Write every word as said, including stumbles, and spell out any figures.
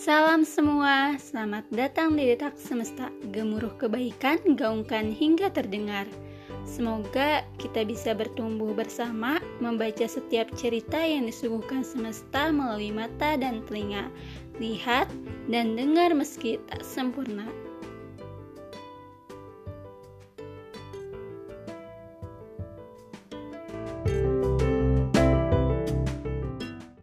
Salam semua, selamat datang di Detak Semesta. Gemuruh kebaikan, gaungkan hingga terdengar. Semoga kita bisa bertumbuh bersama, membaca setiap cerita yang disuguhkan semesta melalui mata dan telinga. Lihat dan dengar meski tak sempurna.